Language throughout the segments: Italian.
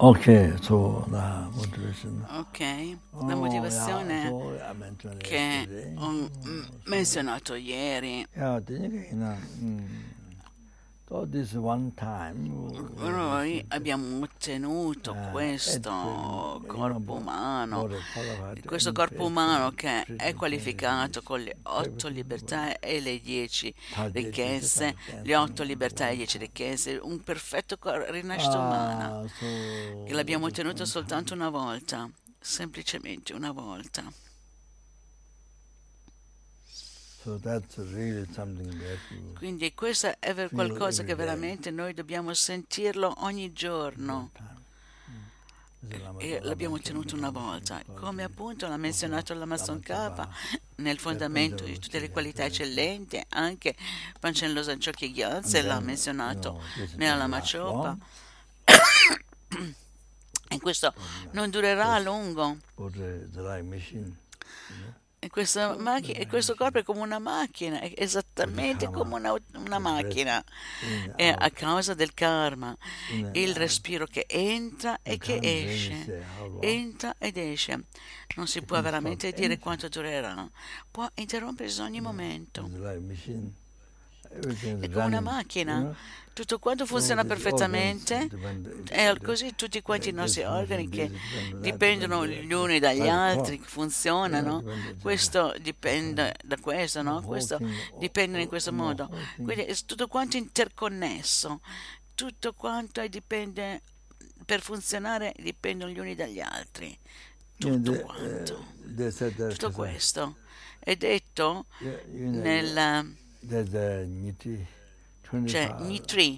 Okay, so the motivation. Ok, la Oh, yeah, motivazione so I mentioned che yesterday. ho menzionato ieri. Yeah, so this one time we Noi received abbiamo ottenuto it, questo corpo umano, more qualified questo in corpo faith umano and che è qualificato spiritual con le 8 everything. libertà e le 10 Tadeshita, ricchezze, le 8 dancing libertà e one 10 time. ricchezze, un perfetto rinascita umana, che So l'abbiamo this ottenuto one soltanto time. una volta, semplicemente una volta. So that's really something that you Quindi questo è feel qualcosa every che day. veramente noi dobbiamo sentirlo ogni All giorno. time. This is E l'abbiamo mentioned ottenuto una Bhagavatam volta, come because appunto l'ha of menzionato la Mason Kappa Lama nel that fondamento di tutte le qualità Punjab eccellenti, anche Panchen Losang Chokye Gyaltse and l'ha then, menzionato this nella don't Lama last Chopa, long, e questo don't non durerà a just lungo. put the right machine, E questo corpo è come una macchina, è with the esattamente come karma, una the breath macchina. in and È a out, causa del karma, in and il out. respiro che entra You e che can't really esce, say how long. entra ed esce. Non si It può can stop veramente dire anytime quanto durerà, può interrompersi in ogni momento. with the right machine. Everything È is come una running, macchina, tutto quanto So funziona these organs perfettamente, depend, e così tutti quanti i this nostri organi function, che this depend on that, depend dipendono on gli that. uni dagli Like a altri, clock, che funzionano, depend on questo the dipende da questo, the no? whole Questo thing, dipende in questo the modo. whole thing. Quindi è tutto quanto interconnesso, tutto quanto dipende, per funzionare dipendono gli uni dagli altri, tutto quanto. They said that Tutto questo è detto nel the Niti cioè 25,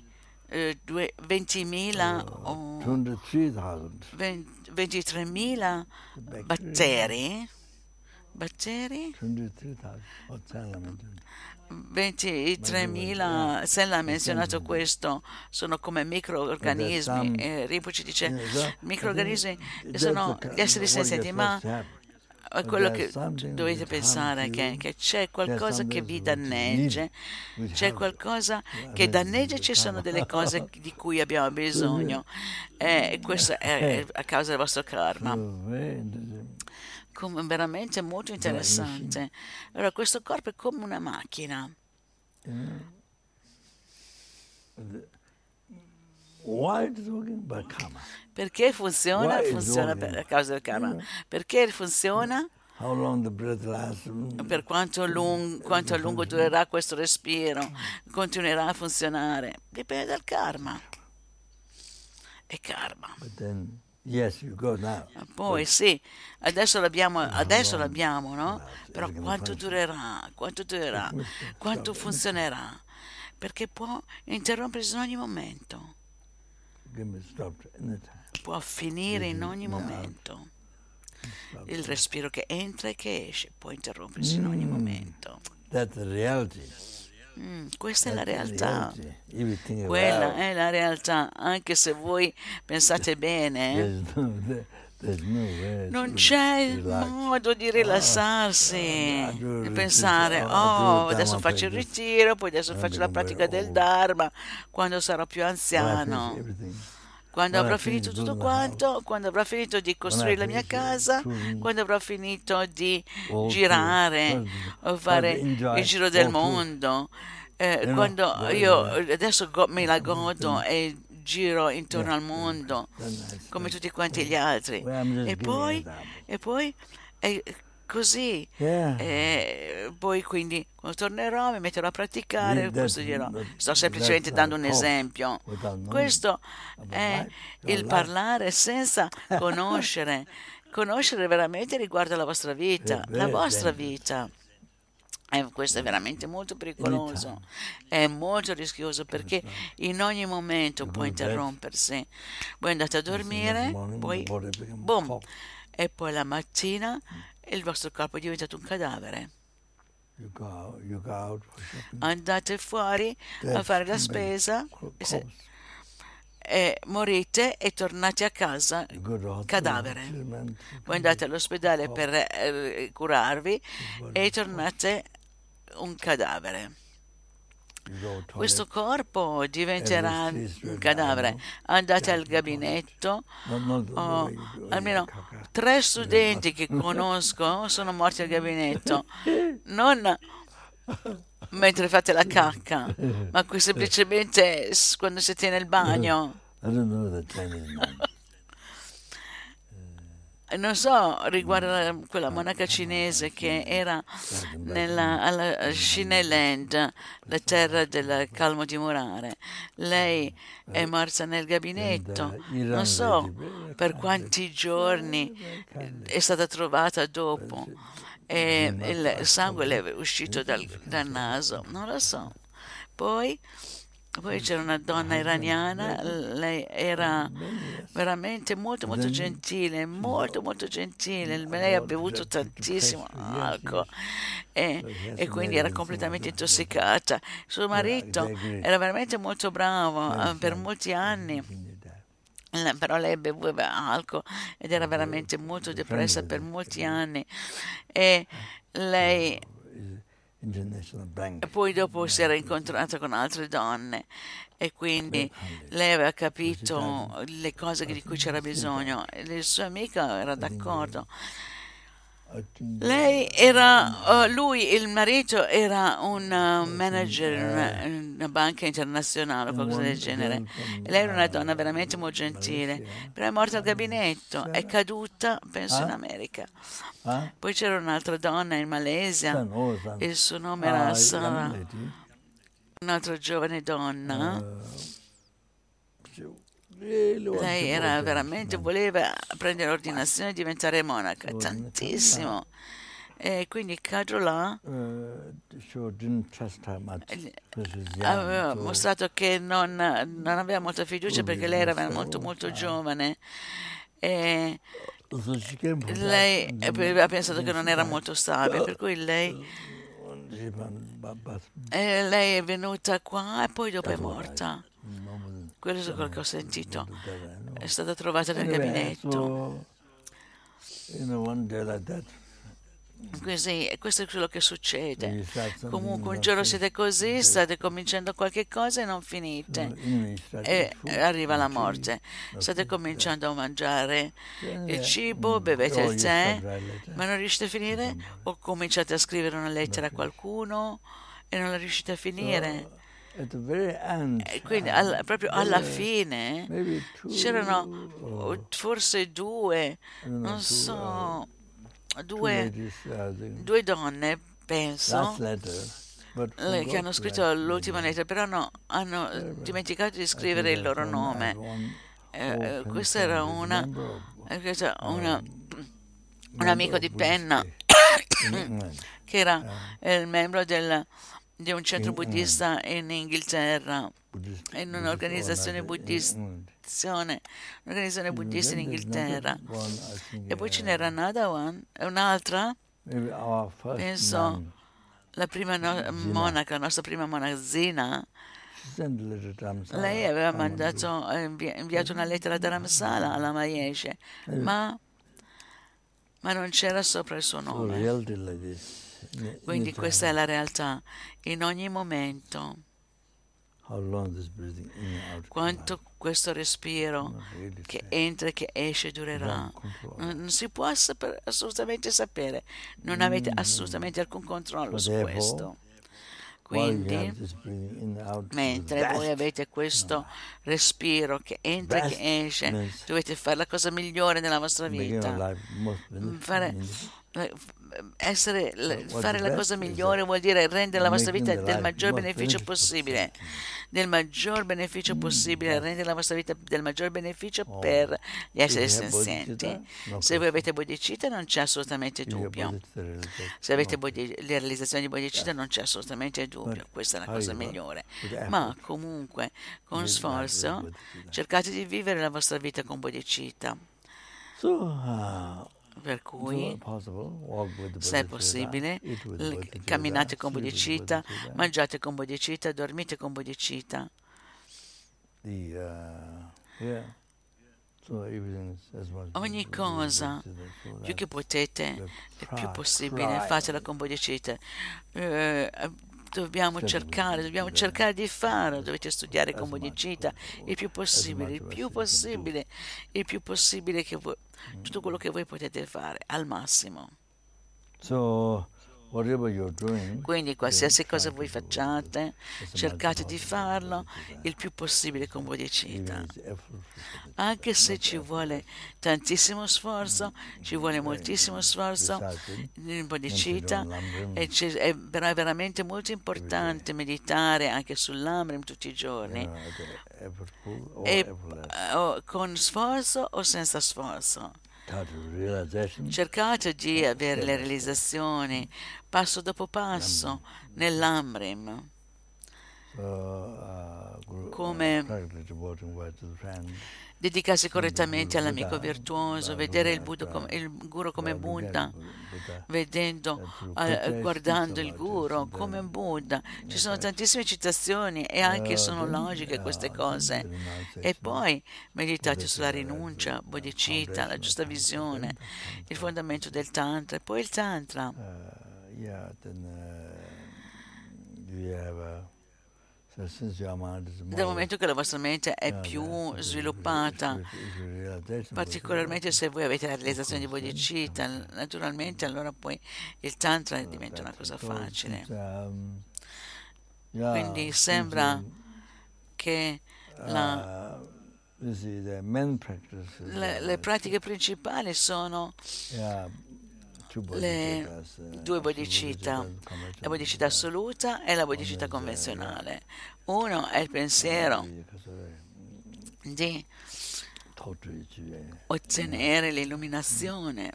20.000 o 23,000 23.000 bacteria, batteri, 23,000. What's that? 23.000, Sella ha menzionato questo, sono come microorganismi, e Rinpoche dice microorganismi sono gli esseri senzienti, ma quello che dovete pensare è che c'è qualcosa che vi danneggia, c'è qualcosa che danneggia, ci sono delle cose di cui abbiamo bisogno, e questo è a causa del vostro karma. Come veramente molto interessante. Allora, questo corpo è come una macchina. Why is it working? By karma. Perché funziona? Why is Funziona working? a causa del karma. Perché funziona? How long the breath lasts? Per quanto a lungo durerà questo respiro? Continuerà a funzionare? Dipende dal karma. È karma. But then, yes, you go now. Poi sì, adesso l'abbiamo, no? Però quanto durerà? Quanto funzionerà? Perché può interrompersi in ogni momento. Può finire in ogni momento. Il respiro che entra e che esce può interrompersi in ogni momento. That's the reality. Questa è la realtà. Everything Quella è la realtà, anche se voi pensate bene. Non c'è modo di rilassarsi, di pensare, adesso faccio il ritiro, poi adesso faccio la pratica del Dharma, quando sarò più anziano, quando avrò finito tutto quanto, quando avrò finito di costruire la mia casa, quando avrò finito di girare o fare il giro del mondo, quando io adesso me la godo e giro intorno al mondo come tutti quanti gli altri, e poi è così. Poi quindi quando tornerò mi metterò a praticare, questo dirò. Sto semplicemente dando un esempio. Questo è il parlare senza conoscere. Conoscere veramente riguarda la vostra vita, la vostra vita. Questo è veramente molto pericoloso, è molto rischioso, perché in ogni momento può interrompersi. Voi andate a dormire, poi boom, e poi la mattina il vostro corpo è diventato un cadavere. Andate fuori a fare la spesa e morite e tornate a casa cadavere. Voi andate all'ospedale per curarvi e tornate un cadavere. you go to questo toilet, corpo diventerà every un street cadavere. Andate al gabinetto, not the oh, way you do almeno caca. 3 studenti che conosco sono morti al gabinetto, non mentre fate la cacca, ma semplicemente quando siete nel bagno. I don't know the Chinese man. Non so riguardo quella monaca cinese che era alla Shineland, la terra del calmo dimorare. Lei è morta nel gabinetto, non so per quanti giorni è stata trovata dopo e il sangue le è uscito dal naso, non lo so. Poi c'era una donna iraniana, lei era veramente molto molto gentile, molto gentile, lei ha bevuto tantissimo alcol e quindi era completamente intossicata. Suo marito era veramente molto bravo per molti anni. Però lei beveva alcol ed era veramente molto depressa per molti anni e lei e poi dopo si era incontrata con altre donne e quindi lei aveva capito le cose di cui c'era bisogno e il suo amico era d'accordo. Lui, il marito, era un manager in una banca internazionale o qualcosa del genere. E lei era una donna veramente molto gentile, però è morta al gabinetto, è caduta, penso in America. Poi c'era un'altra donna in Malesia, il suo nome era Sara, un'altra giovane donna. Lei era veramente, voleva prendere ordinazione e diventare monaca, tantissimo. E quindi Kadrula aveva mostrato che non aveva molta fiducia perché lei era molto molto giovane e lei aveva pensato che non era molto stabile, per cui lei è venuta qua e poi dopo è morta. Quello è quello che ho sentito. È stata trovata nel gabinetto. Così, questo è quello che succede. Comunque un giorno siete così, state cominciando qualche cosa e non finite. E arriva la morte. State cominciando a mangiare il cibo, bevete il tè, ma non riuscite a finire? O cominciate a scrivere una lettera a qualcuno e non la riuscite a finire? E quindi proprio alla fine c'erano forse non so, due donne, penso, che hanno scritto l'ultima lettera, però hanno dimenticato di scrivere il loro nome. Questa era un amico di penna che era il membro di un centro buddista in Inghilterra, in un'organizzazione buddista in Inghilterra. E poi ce n'era un'altra, penso la prima monaca, la nostra prima monazzina. Lei aveva inviato una lettera a Dharamsala alla Maeshe, ma non c'era sopra il suo nome. Quindi questa è la realtà. In ogni momento, quanto questo respiro che entra e che esce durerà, non si può assolutamente sapere. Non avete assolutamente alcun controllo su questo. Quindi, mentre voi avete questo respiro che entra e che esce, dovete fare la cosa migliore nella vostra vita. Fare la cosa migliore vuol dire rendere la vostra vita del maggior beneficio possibile. Rendere la vostra vita del maggior beneficio per gli esseri senzienti. Se voi avete bodhicitta non c'è assolutamente dubbio. Se avete le realizzazioni di bodhicitta non c'è assolutamente dubbio. Questa è la cosa migliore. Ma comunque, con sforzo, cercate di vivere la vostra vita con bodhicitta. Per cui, se è possibile, camminate con bodhicitta, mangiate con bodhicitta, dormite con bodhicitta. Ogni cosa, più che potete, il più possibile, fatela con bodhicitta. Dobbiamo cercare di farlo. Dovete studiare con bodhicitta il più possibile, che voi, tutto quello che voi potete fare al massimo. So, whatever you're doing, Quindi qualsiasi cosa voi facciate, cercate di farlo il più possibile con bodhicitta. Anche se ci vuole tantissimo sforzo, ci vuole moltissimo sforzo in bodhicitta, però è veramente molto importante meditare anche sull'Amrim tutti i giorni, con sforzo o senza sforzo. Cercate di avere le realizzazioni passo dopo passo nell'Amrim, come dedicarsi correttamente all'amico virtuoso, vedere il guru come Buddha, guardando il guru come Buddha. Ci sono tantissime citazioni e anche sono logiche queste cose. E poi meditate sulla rinuncia, bodhicitta, la giusta visione, il fondamento del Tantra, e poi il Tantra. Dal momento che la vostra mente è più sviluppata, particolarmente se voi avete la realizzazione di bodhicitta, naturalmente allora poi il Tantra diventa una cosa facile. Quindi sembra che le pratiche principali sono le due bodhicitta, la bodhicitta assoluta e la bodhicitta convenzionale. Uno è il pensiero di ottenere l'illuminazione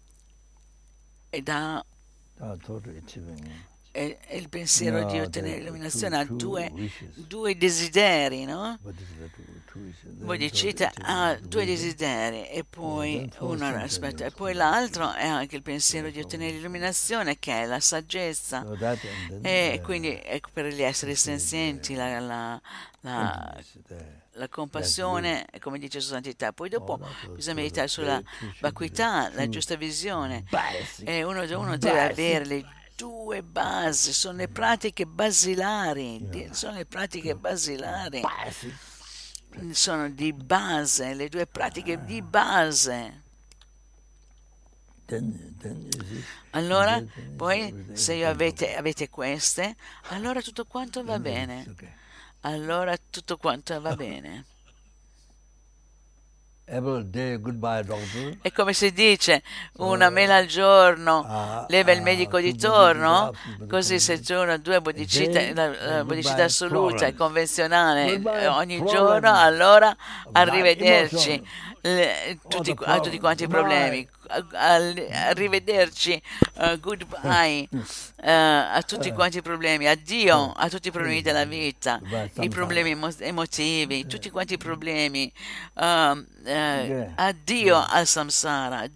e il pensiero di ottenere l'illuminazione ha due desideri, no? Bodhicitta ha due desideri e poi uno aspetta, e poi l'altro è anche il pensiero di ottenere l'illuminazione, che è la saggezza, e quindi è per gli esseri senzienti la compassione, come dice Sua Santità. Poi dopo bisogna meditare sulla vacuità, la giusta visione, e uno deve avere le due basi, sono le pratiche basilari, sono di base, le due pratiche di base. Allora, poi se avete queste, allora tutto quanto va bene. È come si dice, una mela al giorno leva il medico di torno, così se tu hai due bodhicitta, la bodhicitta assoluta e convenzionale ogni giorno, allora arrivederci a tutti quanti i problemi, arrivederci, goodbye a tutti quanti i problemi, addio a tutti i problemi della vita, i problemi emotivi, tutti quanti i problemi, addio al samsara,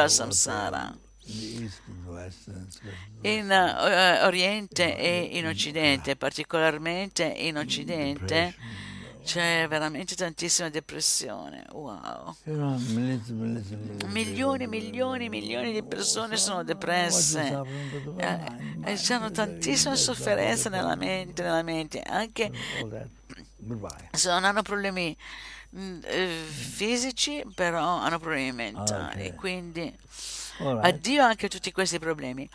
in Oriente e in Occidente, particolarmente in Occidente, c'è veramente tantissima depressione. Wow. Milioni di persone sono depresse. C'hanno tantissime sofferenze nella mente, anche se non hanno problemi fisici, però hanno problemi mentali. Quindi addio anche a tutti questi problemi.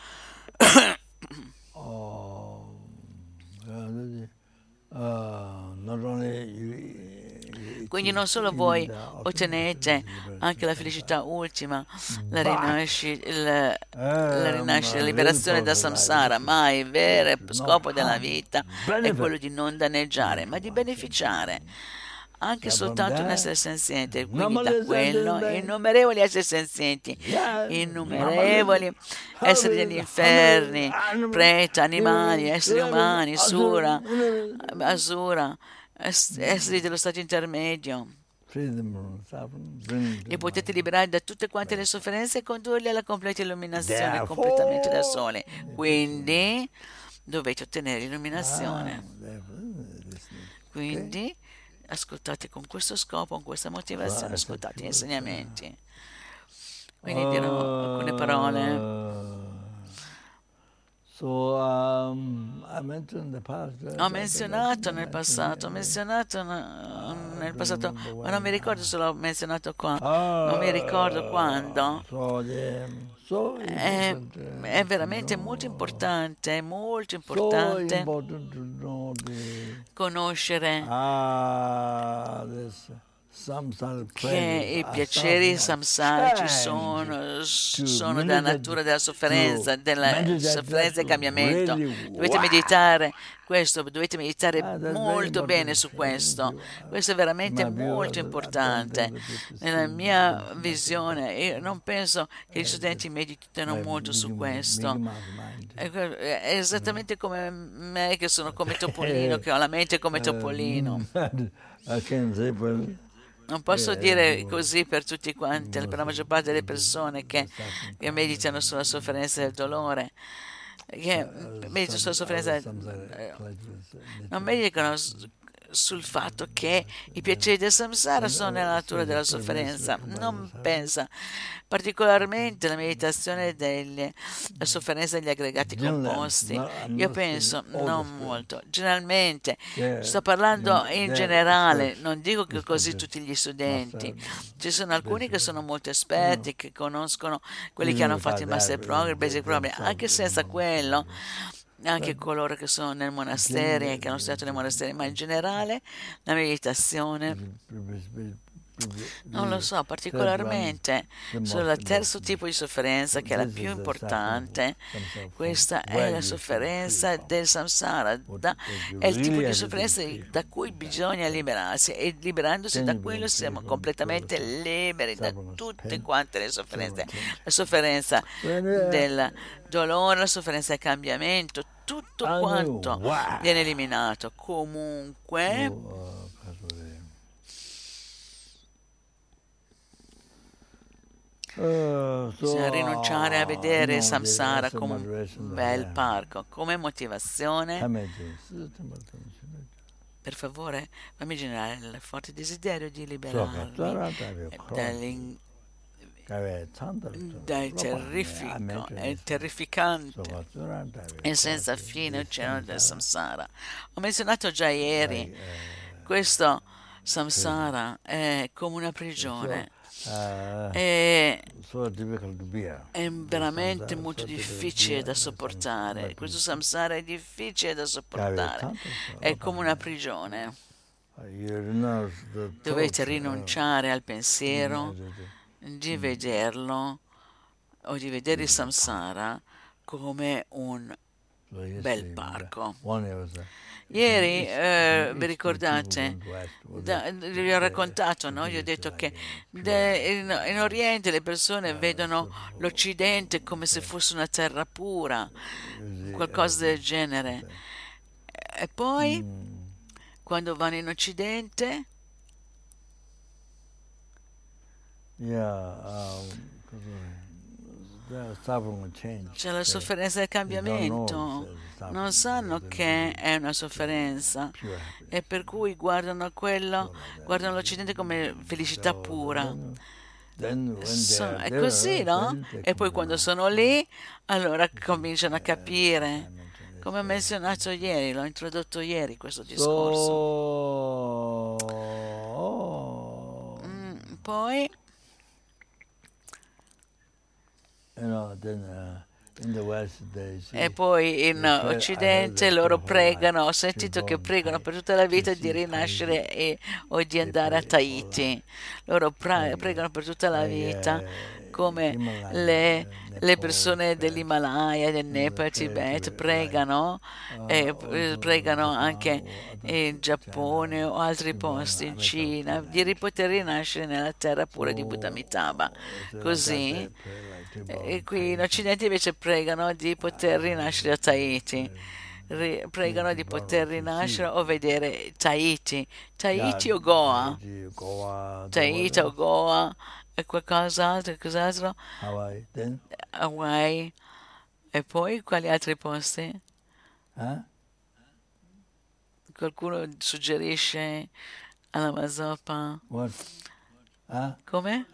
Quindi non solo voi ottenete anche la felicità ultima, la rinascita, la liberazione da samsara, ma il vero scopo della vita è quello di non danneggiare, ma di beneficiare. Anche soltanto un essere senziente, quindi da quello innumerevoli esseri senzienti, innumerevoli esseri degli inferni, preta, animali, esseri umani, sura, asura, esseri dello stato intermedio. Li potete liberare da tutte quante le sofferenze e condurli alla completa illuminazione completamente da sole. Quindi dovete ottenere l'illuminazione. Quindi ascoltate con questo scopo, con questa motivazione, ascoltate gli insegnamenti. Quindi dirò alcune parole. So I mentioned in the past. Ho menzionato nel passato, nel passato, ma non mi ricordo se l'ho menzionato qua, non mi ricordo quando. È veramente molto importante To know conoscere this samsara che i piaceri samsara ci sono della natura della sofferenza e cambiamento. Dovete meditare questo, dovete meditare molto bene su questo. Questo è veramente molto importante. Nella mia visione, io non penso che gli studenti meditino molto su questo. È esattamente come me che sono come Topolino, che ho la mente come Topolino. Non posso dire così per tutti quanti, per la maggior parte delle persone che meditano sulla sofferenza e il dolore, che meditano sulla sofferenza, non meditano sul fatto che i piaceri del samsara sono nella natura della sofferenza. Non pensa particolarmente alla meditazione della sofferenza degli aggregati composti. Io penso non molto. Generalmente, sto parlando in generale, non dico che così tutti gli studenti. Ci sono alcuni che sono molto esperti, che conoscono quelli che hanno fatto il Master Program, il Basic Program, anche senza quello. Anche coloro che sono nel monastero e che hanno studiato nei monasteri, ma in generale la meditazione, non lo so, particolarmente sul terzo tipo di sofferenza, che è la più importante. Questa è la sofferenza del samsara, è il tipo di sofferenza da cui bisogna liberarsi, e liberandosi da quello siamo completamente liberi da tutte quante le sofferenze. La sofferenza del dolore, la sofferenza del cambiamento, tutto quanto viene eliminato. Comunque, bisogna rinunciare a vedere samsara come un bel parco, come motivazione. Per favore, fammi generare il forte desiderio di liberarmi dal terrificante e senza fine oceano del samsara. Ho menzionato già ieri, questo samsara è come una prigione. È veramente molto difficile da sopportare. Questo samsara è difficile da sopportare, è come una prigione. Dovete rinunciare al pensiero di vederlo o di vedere il samsara come un bel parco. Ieri, vi ricordate, vi ho raccontato, no? Io ho detto che in Oriente le persone vedono l'Occidente come se fosse una terra pura, qualcosa del genere. E poi, quando vanno in Occidente, c'è la sofferenza del cambiamento, non sanno che è una sofferenza e per cui guardano l'Occidente come felicità pura. È così, no? E poi quando sono lì, allora cominciano a capire, come ho menzionato ieri, l'ho introdotto ieri questo discorso. Poi e poi in Occidente loro pregano, ho sentito che pregano per tutta la vita di rinascere o di andare a Tahiti. Loro pregano per tutta la vita, come le persone dell'Himalaya, del Nepal, Tibet, pregano anche in Giappone o altri posti, in Cina, di poter rinascere nella terra pura di Buddha-Amitabha. Così, e qui in Occidente invece pregano di poter rinascere a Tahiti. Pregano di poter rinascere o vedere Tahiti o Goa, Tahiti o Goa e cos'altro? Hawaii. E poi quali altri posti? Qualcuno suggerisce all'Amazopa? Come?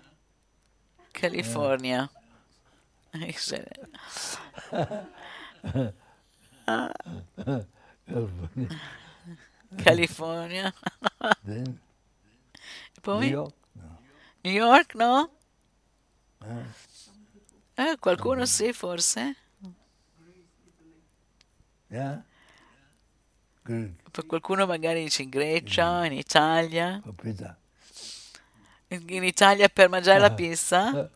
California. California. California. Then E poi? New York. No. New York, no? Uh, Qualcuno sì, forse. yeah. Good Per qualcuno magari dice in Grecia, in Italia. for pizza. In Italia per mangiare la pizza?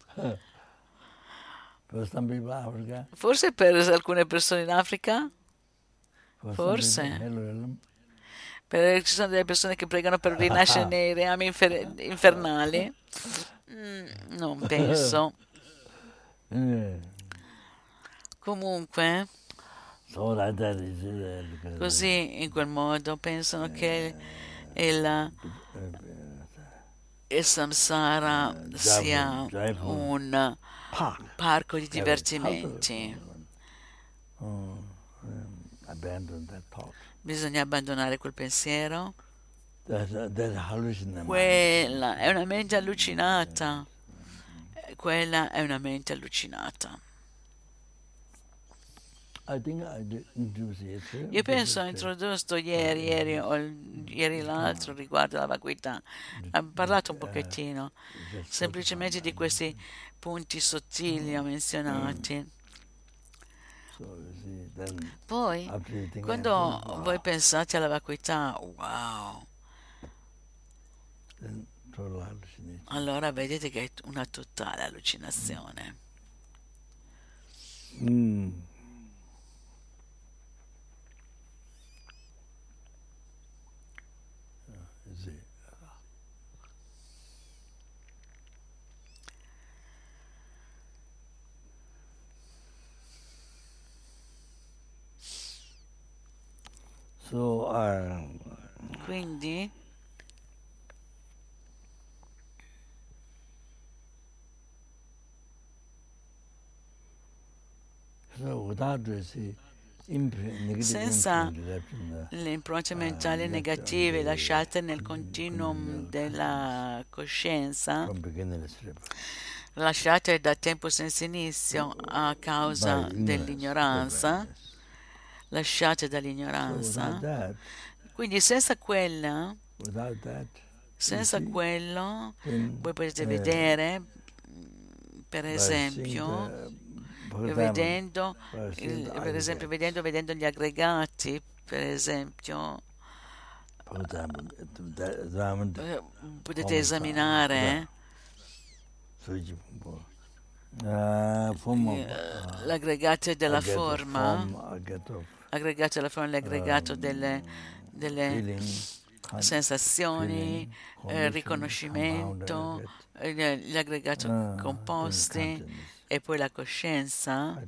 For some people, Africa. Forse per alcune persone in Africa? For some Forse. people, Hallelujah. Ci sono delle persone che pregano per rinascere nei reami infernali? Non penso. Yeah. Comunque, So like that is because così in quel modo pensano che il samsara sia joyful un park. parco di They will divertimenti. abandon that thought. Bisogna abbandonare quel pensiero. That hallucination. Quella è una mente allucinata. Quella è una mente allucinata. I think I did introduce it. Io penso ho introdotto ieri l'altro riguardo la vacuità. Abbiamo parlato un pochettino, semplicemente di questi punti sottili ho menzionati. So you see, then Poi, after you think quando wow, voi pensate alla vacuità, wow, then total hallucination. allora vedete che è una totale allucinazione. You see. So Quindi, without this negative senza influence left in le impronte mentali negative lasciate nel continuum della coscienza, from beginning to slip. lasciate da tempo senza inizio a causa By dell'ignoranza, ignorance. lasciate So without dall'ignoranza. that, Quindi senza quella, without that, senza quello, then, voi potete vedere, per by esempio, vedendo, per esempio, vedendo gli aggregati, per esempio, potete esaminare l'aggregato della forma, l'aggregato delle sensazioni, riconoscimento, l'aggregato composti e poi la coscienza.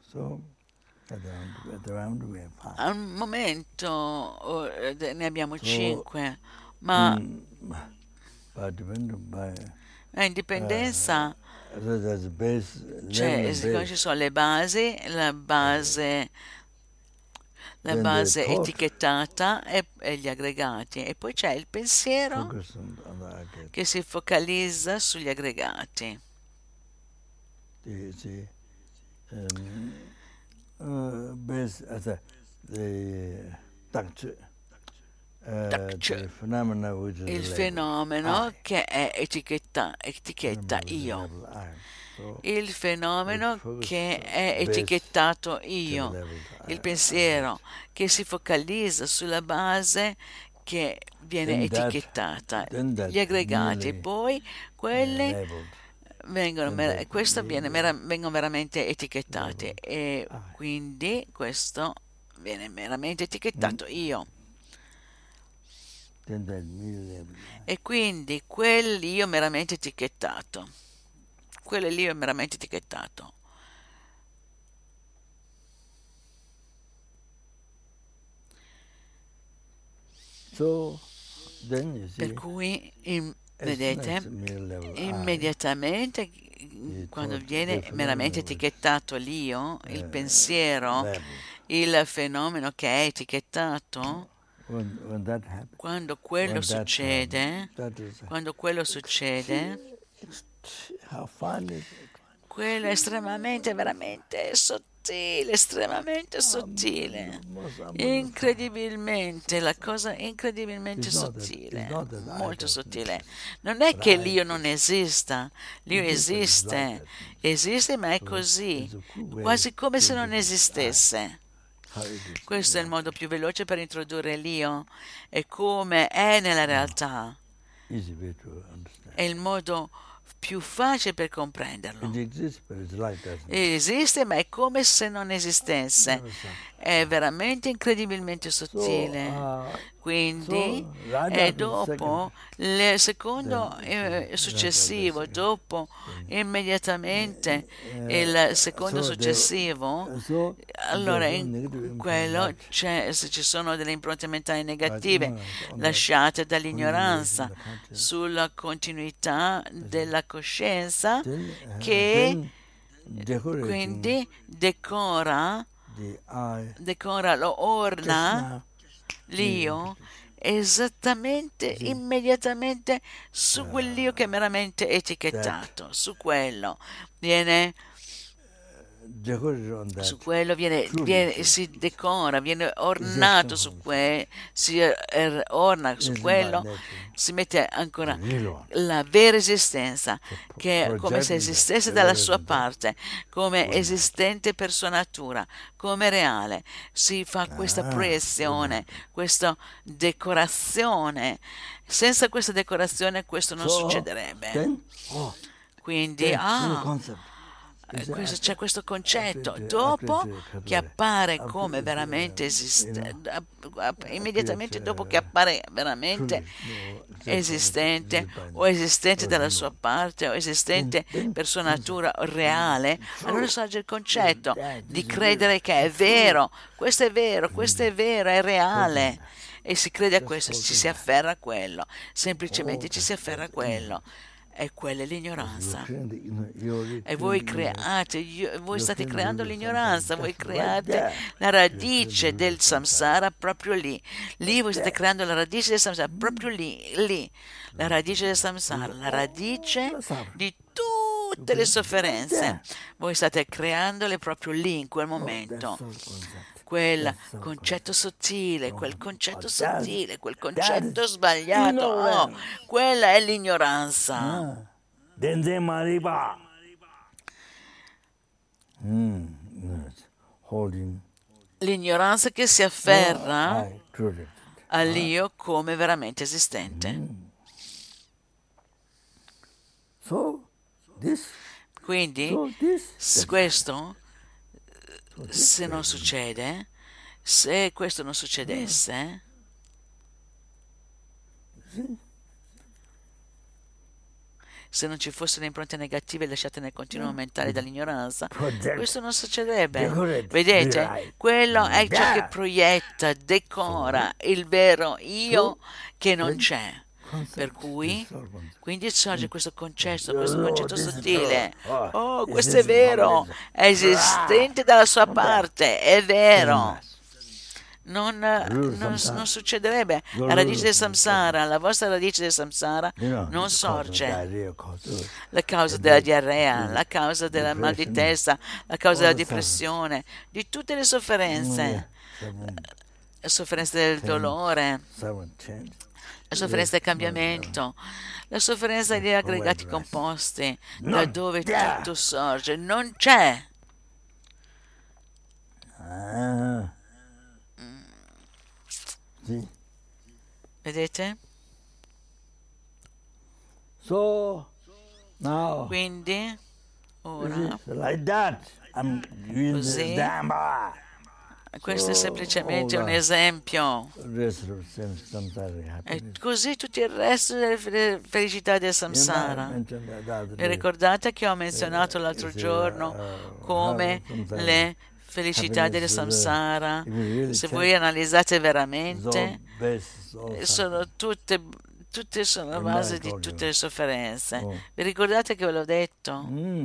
Al momento ne abbiamo 5, ma a indipendenza ci sono le basi, la base etichettata e gli aggregati, e poi c'è il pensiero che si focalizza sugli aggregati. Il fenomeno che è etichetta io. Il fenomeno che è etichettato io. Il pensiero che si focalizza sulla base che viene etichettata. Gli aggregati, poi quelli vengono veramente etichettati, e quindi questo viene meramente etichettato io. E quindi quell'io meramente etichettato, quello è l'io meramente etichettato. Per cui vedete, immediatamente quando viene meramente etichettato l'io, il pensiero, il fenomeno che è etichettato, quando quello succede, quello è estremamente, veramente sottile, estremamente sottile, Most incredibilmente, la cosa incredibilmente It's not that- sottile, it's not that I molto don't sottile. Non è But che I l'io non esista, l'io It is, but it's like esiste, that. esiste ma è So così, it's a good way quasi come to se non introduce esistesse. how it is. Questo è il modo più veloce per introdurre l'io e come è nella realtà. Easy way to understand. È il modo più facile per comprenderlo. It exists, but it's like that. Esiste, ma è come se non esistesse. Never stop. È veramente incredibilmente So, sottile. Quindi, so right e after the dopo, il secondo then successivo, right after the dopo, immediatamente, il secondo so successivo, so allora there's no in negative quello impact. c'è, se ci sono delle impronte mentali negative ignorance, on the lasciate continuation dall'ignoranza of the conscious. sulla continuità della coscienza Then, che then decorating quindi decora, the I lo just orna now l'io esattamente, immediatamente su quell'io che è meramente etichettato, su quello viene, decorated on that. su quello truly si decora, viene ornato su orna su Isn't by quello, nature si mette ancora the real one. la vera esistenza, che è come se projecting esistesse the dalla very sua identity. parte, come esistente per sua natura, come reale. Si fa questa proiezione, questa decorazione. Senza questa decorazione questo non succederebbe. Then, Quindi, then in the concept, c'è questo concetto dopo che appare come veramente immediatamente dopo che appare veramente esistente o esistente dalla sua parte o esistente per sua natura reale, allora sorge il concetto di credere che è vero, questo è vero, questo è vero, è reale. E si crede a questo, ci si afferra a quello, semplicemente ci si afferra a quello. E quella è l'ignoranza. E voi state creando l'ignoranza, voi create la radice del samsara proprio lì. Lì voi state creando la radice del samsara proprio lì. La radice del samsara, la radice di tutte le sofferenze. Voi state creandole proprio lì, in quel momento. Quel concetto sottile, quel concetto sottile, quel concetto sbagliato, quella è l'ignoranza. L'ignoranza che si afferra all'io come veramente esistente. Quindi, questo, se non succede, se questo non succedesse, se non ci fossero impronte negative lasciate nel continuo mentale dall'ignoranza, questo non succederebbe. Vedete? Quello è ciò che proietta, decora il vero io che non c'è. Per cui, quindi sorge questo concetto sottile. Oh, questo è vero, è esistente dalla sua parte, è vero. Non succederebbe. La radice del samsara, la vostra radice del samsara non sorge. La causa della diarrea, la causa della mal di testa, la causa della depressione, di tutte le sofferenze, la sofferenza del dolore, la sofferenza del cambiamento, la sofferenza degli aggregati composti, da dove tutto sorge, non c'è. Vedete? Quindi, ora, così, questo è semplicemente un esempio. E così tutto il resto delle felicità del samsara. Vi ricordate che ho menzionato l'altro giorno come le felicità del samsara, se voi analizzate veramente, sono tutte sono la base di tutte le sofferenze. Vi ricordate che ve l'ho detto?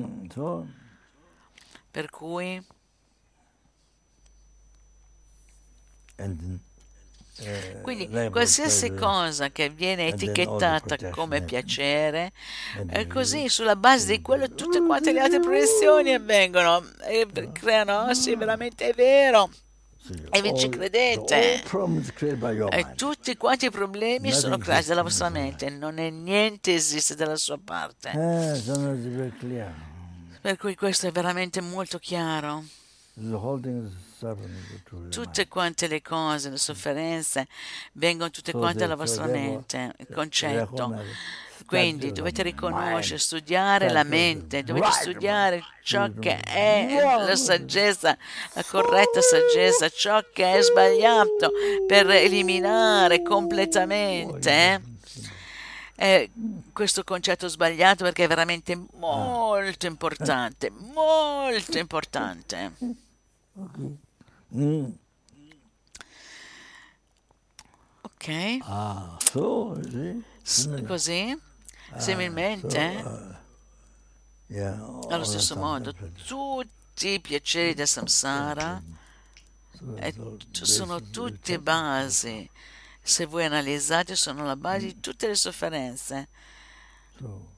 Per cui Quindi labeled qualsiasi pleasure, cosa che viene and then all the etichettata protection come happens. piacere, And e you, così sulla base di quello tutte quante le altre proiezioni avvengono e creano, "Oh, sì, veramente è vero, so e vi ci all credete. problems created by your E mind. tutti quanti i problemi sono Nothing creati exists dalla in vostra your mente, mind. non è niente esiste dalla sua parte. So it's very clear. Per cui questo è veramente molto chiaro. The whole thing is suffering through the Tutte mind. quante le cose, le sofferenze, vengono tutte quante dalla So vostra therefore, mente, il concetto. recognize, Quindi study the dovete riconoscere, mind. studiare la Study the mente, dovete right mind. studiare ciò che è la Wrong. saggezza, la corretta saggezza, ciò che è sbagliato, per eliminare completamente questo concetto sbagliato, perché è veramente molto importante, molto importante. Ok? So, you see? Così, So, similmente, yeah, allo all that stesso modo, tutti i piaceri del samsara sono tutte basi. Se voi analizzate, sono la base di tutte le sofferenze. So,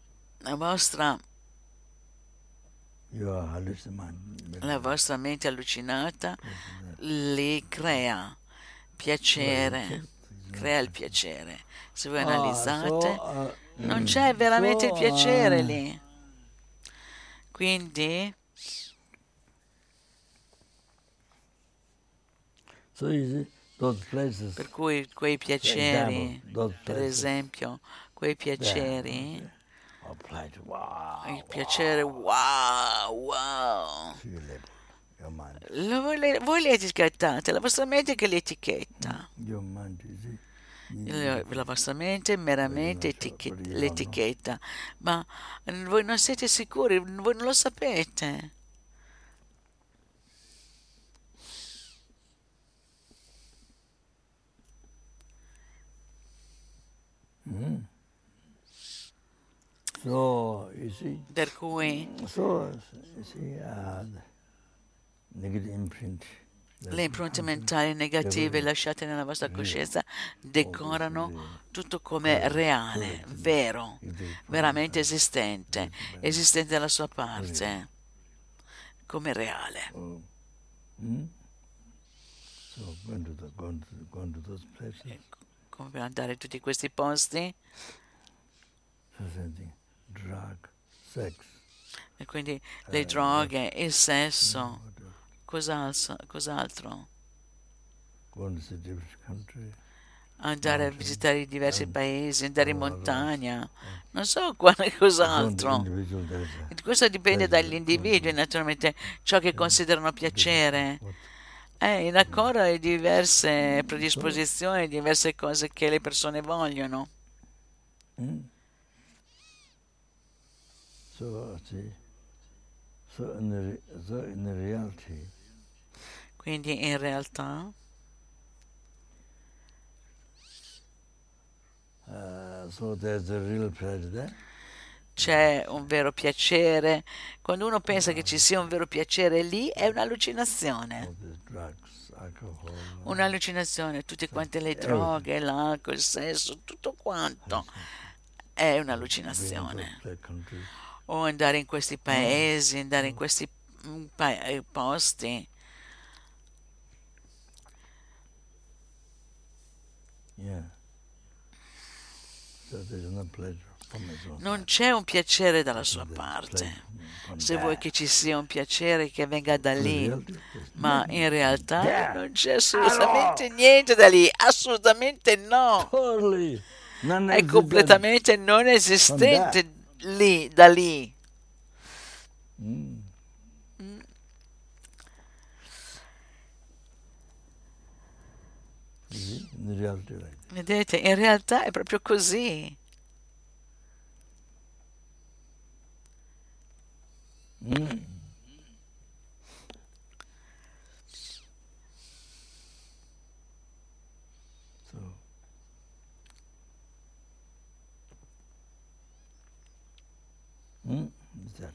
La vostra mente allucinata li crea piacere, crea il piacere. Se voi analizzate, non c'è veramente il piacere lì. Quindi, so you see, those places, per cui quei piaceri, per esempio, quei piaceri, il piacere wow, voi li etichettate, la vostra mente che li etichetta. La vostra mente meramente l'etichetta, ma voi non siete sicuri, voi non lo sapete. So, you see, Per cui you see, negative imprint. le impronte mentali negative lasciate nella vostra coscienza decorano tutto come reale, vero, veramente esistente, esistente dalla sua parte, come reale. So, going to those places, Come per andare in tutti questi posti, drug, sex. e quindi le droghe, il sesso, cos'altro? Going to see different country, Andare a visitare i diversi paesi, andare in montagna, non so going to cos'altro. individual, there's a Questo dipende dagli individui, naturalmente, ciò che considerano piacere. In accordo alle diverse predisposizioni, diverse cose che le persone vogliono. So, see, so in the reality, Quindi in realtà so there's a real pleasure there. c'è un vero piacere. Quando uno pensa che ci sia un vero piacere lì, è un'allucinazione. All these drugs, alcohol, Un'allucinazione, tutte quante le droghe, l'alcol, il sesso, tutto quanto è being in un'allucinazione. those countries. O andare in questi paesi, andare in questi posti. Yeah. So there's no pleasure from his own Non side. c'è un piacere dalla sua There's parte. pleasure from Se there. vuoi che ci sia un piacere che venga da In lì, reality, there's ma nothing in realtà there non c'è at assolutamente all. niente da lì, assolutamente no. Totally È non-existent. completamente non esistente lì, da lì. You see, in reality, right? Vedete, in realtà è proprio così. So, is that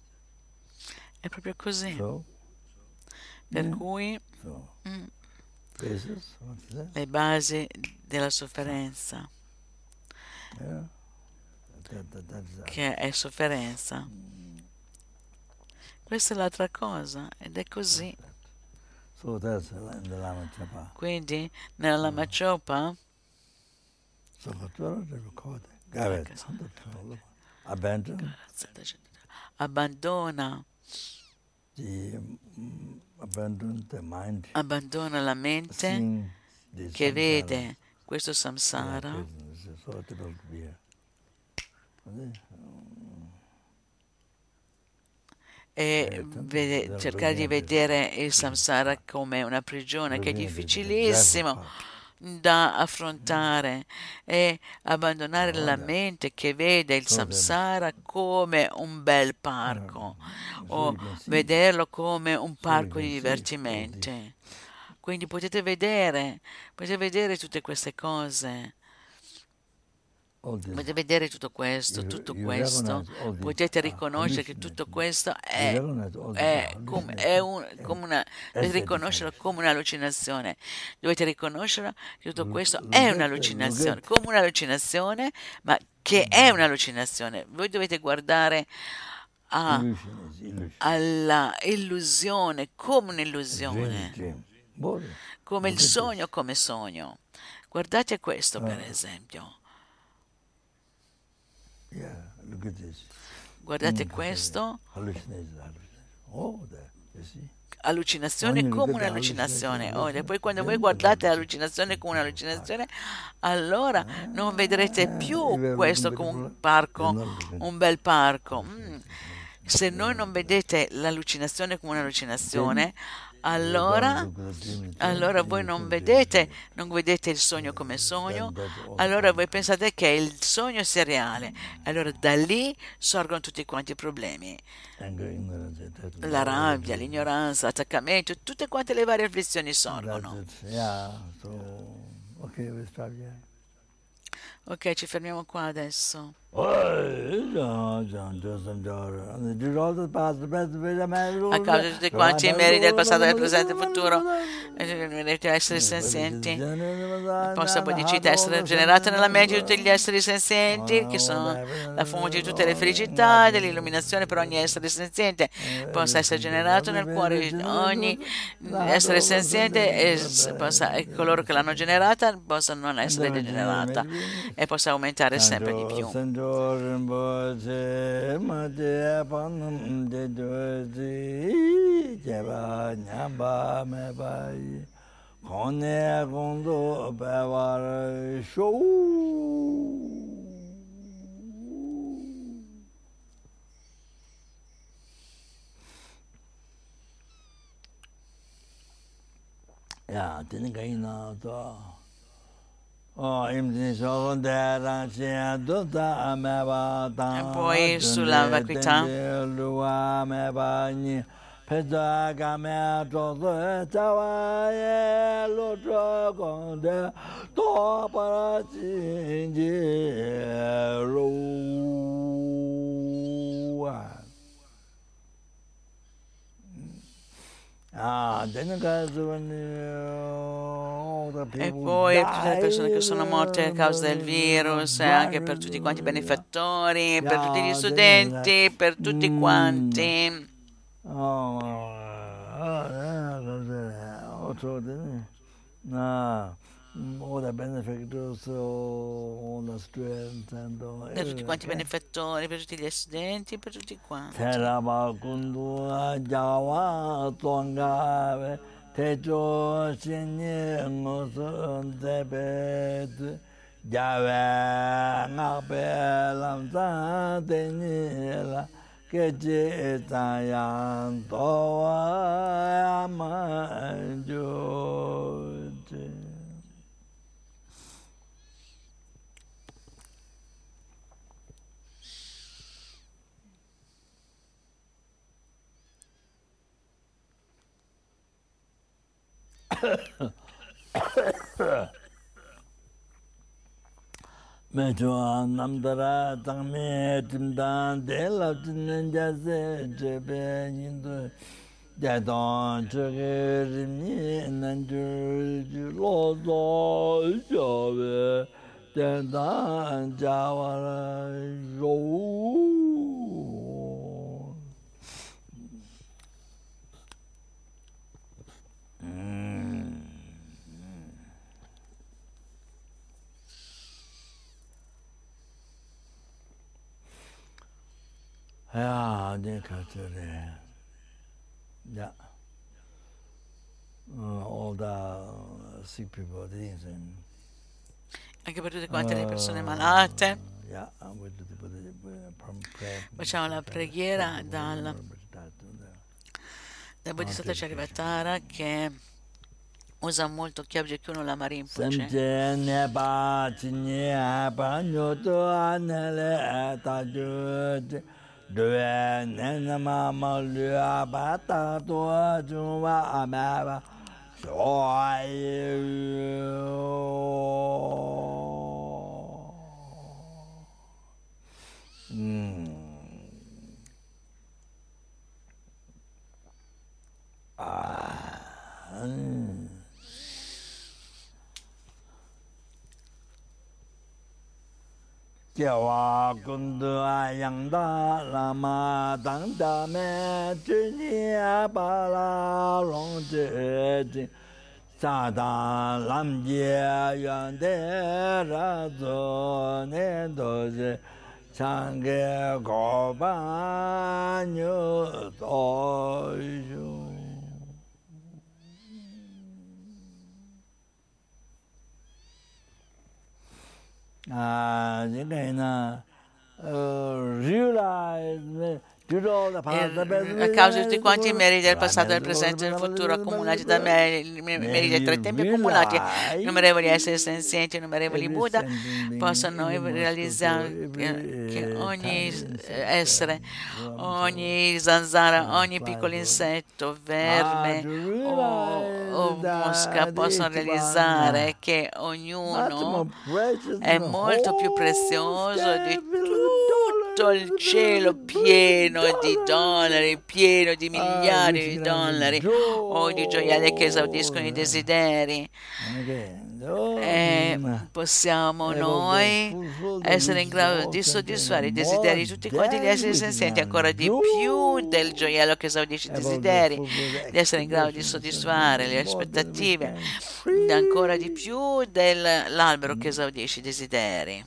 È proprio così. so? Per cui So, Basis, what is that? le basi della sofferenza, Yeah. That's that. che è sofferenza. Questa è l'altra cosa, ed è così. So that's in the Lama Chapa. Quindi nella Lama Chopa So what they record. Gavet. Abandon abbandona, abandon the mind. abbandona la mente Seeing the che samsara. vede questo samsara So difficult to be here. e cercare di vedere il samsara come una prigione che è difficilissimo da affrontare e abbandonare la mente che vede il samsara come un bel parco o vederlo come un parco di divertimenti. Quindi potete vedere tutte queste cose. Potete vedere tutto questo, potete riconoscere che tutto questo è come dovete riconoscerlo come un'allucinazione. Dovete riconoscere che tutto questo è un'allucinazione, come un'allucinazione, ma che è un'allucinazione. Voi dovete guardare alla illusione come un'illusione, come il sogno come sogno. Guardate questo, per esempio. Yeah, look at this. Guardate questo, You allucinazione come un'allucinazione. E poi quando voi guardate l'allucinazione come un'allucinazione, allora non vedrete più questo come un parco, un bel parco. Se noi non vedete l'allucinazione come un'allucinazione, allora voi non vedete il sogno come sogno, allora voi pensate che il sogno sia reale, allora da lì sorgono tutti quanti i problemi, la rabbia, l'ignoranza, l'attaccamento, tutte quante le varie afflizioni sorgono. Ok, ci fermiamo qua adesso. A causa di tutti quanti i meriti del passato, del presente e del futuro, essere senzienti, possa bodhicitta essere generata nella mente di tutti gli esseri senzienti, che sono la fonte di tutte le felicità, dell'illuminazione per ogni essere senziente, possa essere generato nel cuore di ogni essere senziente e coloro che l'hanno generata possano non essere degenerata e possa aumentare sempre di più. Yeah, didn't get enough. E poi sulla vacuità e poi tutte le persone che sono morte a causa del virus, e anche per tutti quanti i benefattori, per tutti gli studenti, per tutti quanti. Per tutti quanti i benefattori, per tutti gli studenti, per tutti quanti. Techo shinye ngosun tepet Jawe ngakpe lamsa tenye la Keche tayang towa amanjote Mecho namdara tangme timdan de la tinen jase jebe nindo 在当这个人民能就是老早小的，在当家娃了肉。哎呀，你看这里，呀，all the sick people, anche per tutte quante le persone malate. yeah, we do prayer. Facciamo la preghiera dal Bodhisattva Charyavatara che usa molto Kyabje Kyuno Lama Rinpoche. Jawa kundu ayang da lama dang da me zhi ba la long zhi sa da lam jie yuan de ra zo ne do zhi chang ge go ba nyu do yu. Những ngày là realize A causa di tutti quanti i meriti del passato, del presente e del futuro accumulati da me, i meriti dei tre tempi accumulati, innumerevoli esseri senzienti, innumerevoli Buddha, possano realizzare che ogni essere, ogni zanzara, ogni piccolo insetto, verme o mosca possano realizzare che ognuno è molto più prezioso di tutto il cielo pieno di dollari, pieno di miliardi di dollari o di gioielli che esaudiscono i desideri. E possiamo noi essere in grado di soddisfare i desideri di tutti quanti gli esseri senzienti ancora di più del gioiello che esaudisce i desideri, di essere in grado di soddisfare le aspettative ancora di più dell'albero che esaudisce i desideri.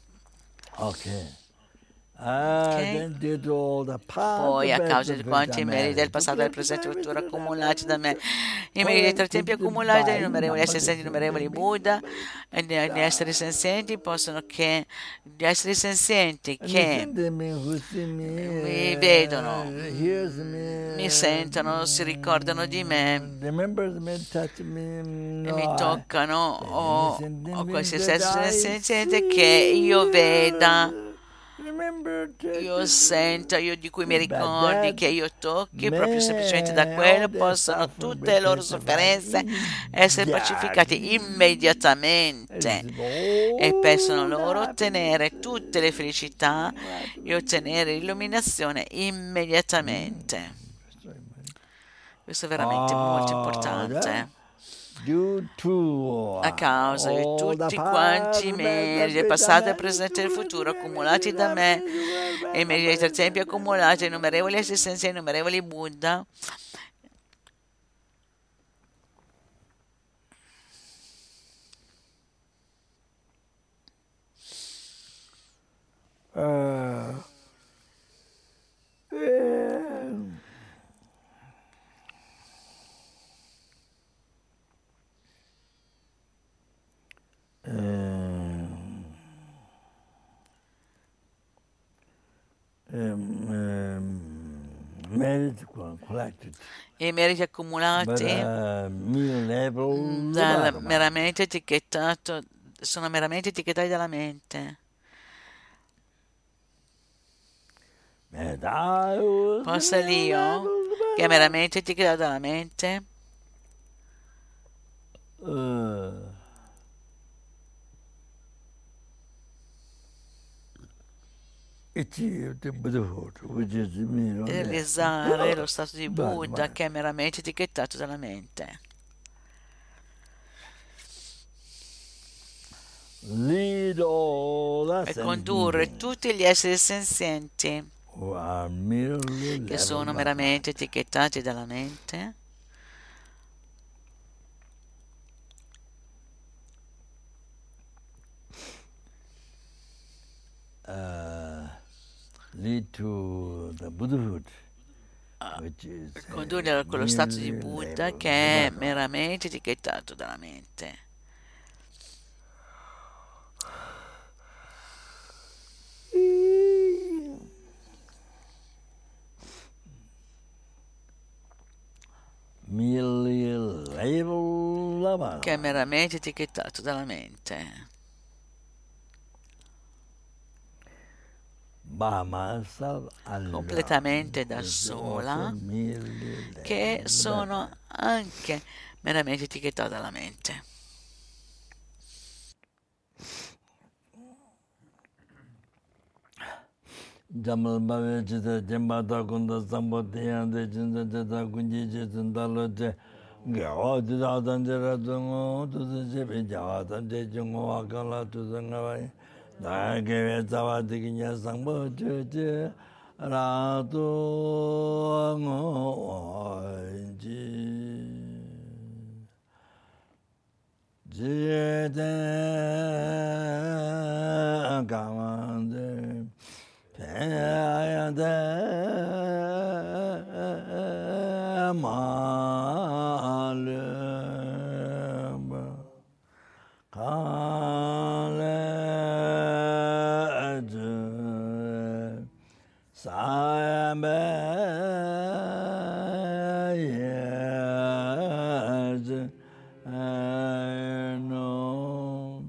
Poi, a causa di quanti i meriti del passato, del presente e del futuro accumulati da me, i meriti dei tre tempi accumulati dagli innumerevoli esseri senzienti, innumerevoli Buddha, e gli esseri senzienti gli esseri senzienti che mi vedono, mi sentono, si ricordano di me e mi toccano o qualsiasi essere senziente che io veda, io sento, di cui mi ricordi, che io tocchi, proprio semplicemente da quello possono tutte le loro sofferenze essere pacificate immediatamente e possono loro ottenere tutte le felicità e ottenere l'illuminazione immediatamente. Questo è veramente molto importante. A causa di tutti quanti i meriti del passato, del presente e del futuro accumulati da me e i meriti dei tre tempi accumulati, innumerevoli esistenze e innumerevoli Buddha, i meriti accumulati sono meramente etichettati dalla mente. Possa l'io, che è meramente etichettato dalla mente, achieve the Buddhahood, which is realizzare lo stato di Buddha che è meramente etichettato dalla mente. Lead all E condurre tutti gli esseri senzienti che sono meramente etichettati dalla mente lead to the Buddhahood, condurre a quello stato di Buddha che è meramente etichettato dalla mente. Che è meramente etichettato dalla mente. Completamente da sola, che sono anche meramente etichettati dalla mente. Jamal Bave Chita Jembata Kunda Sambo Tiyande Chinda Chita Kunji Chitin Talo Che Gawa Chita Tanjira Tungo Tuzi Chepe Jawa Tanje Chungo Wakala Tuzi Ngawai Daya Kewe Tsawa Tikinya Sambo Cheche Ratu Ngo Ji Jete Kamande Payade Malem Kale Sambe No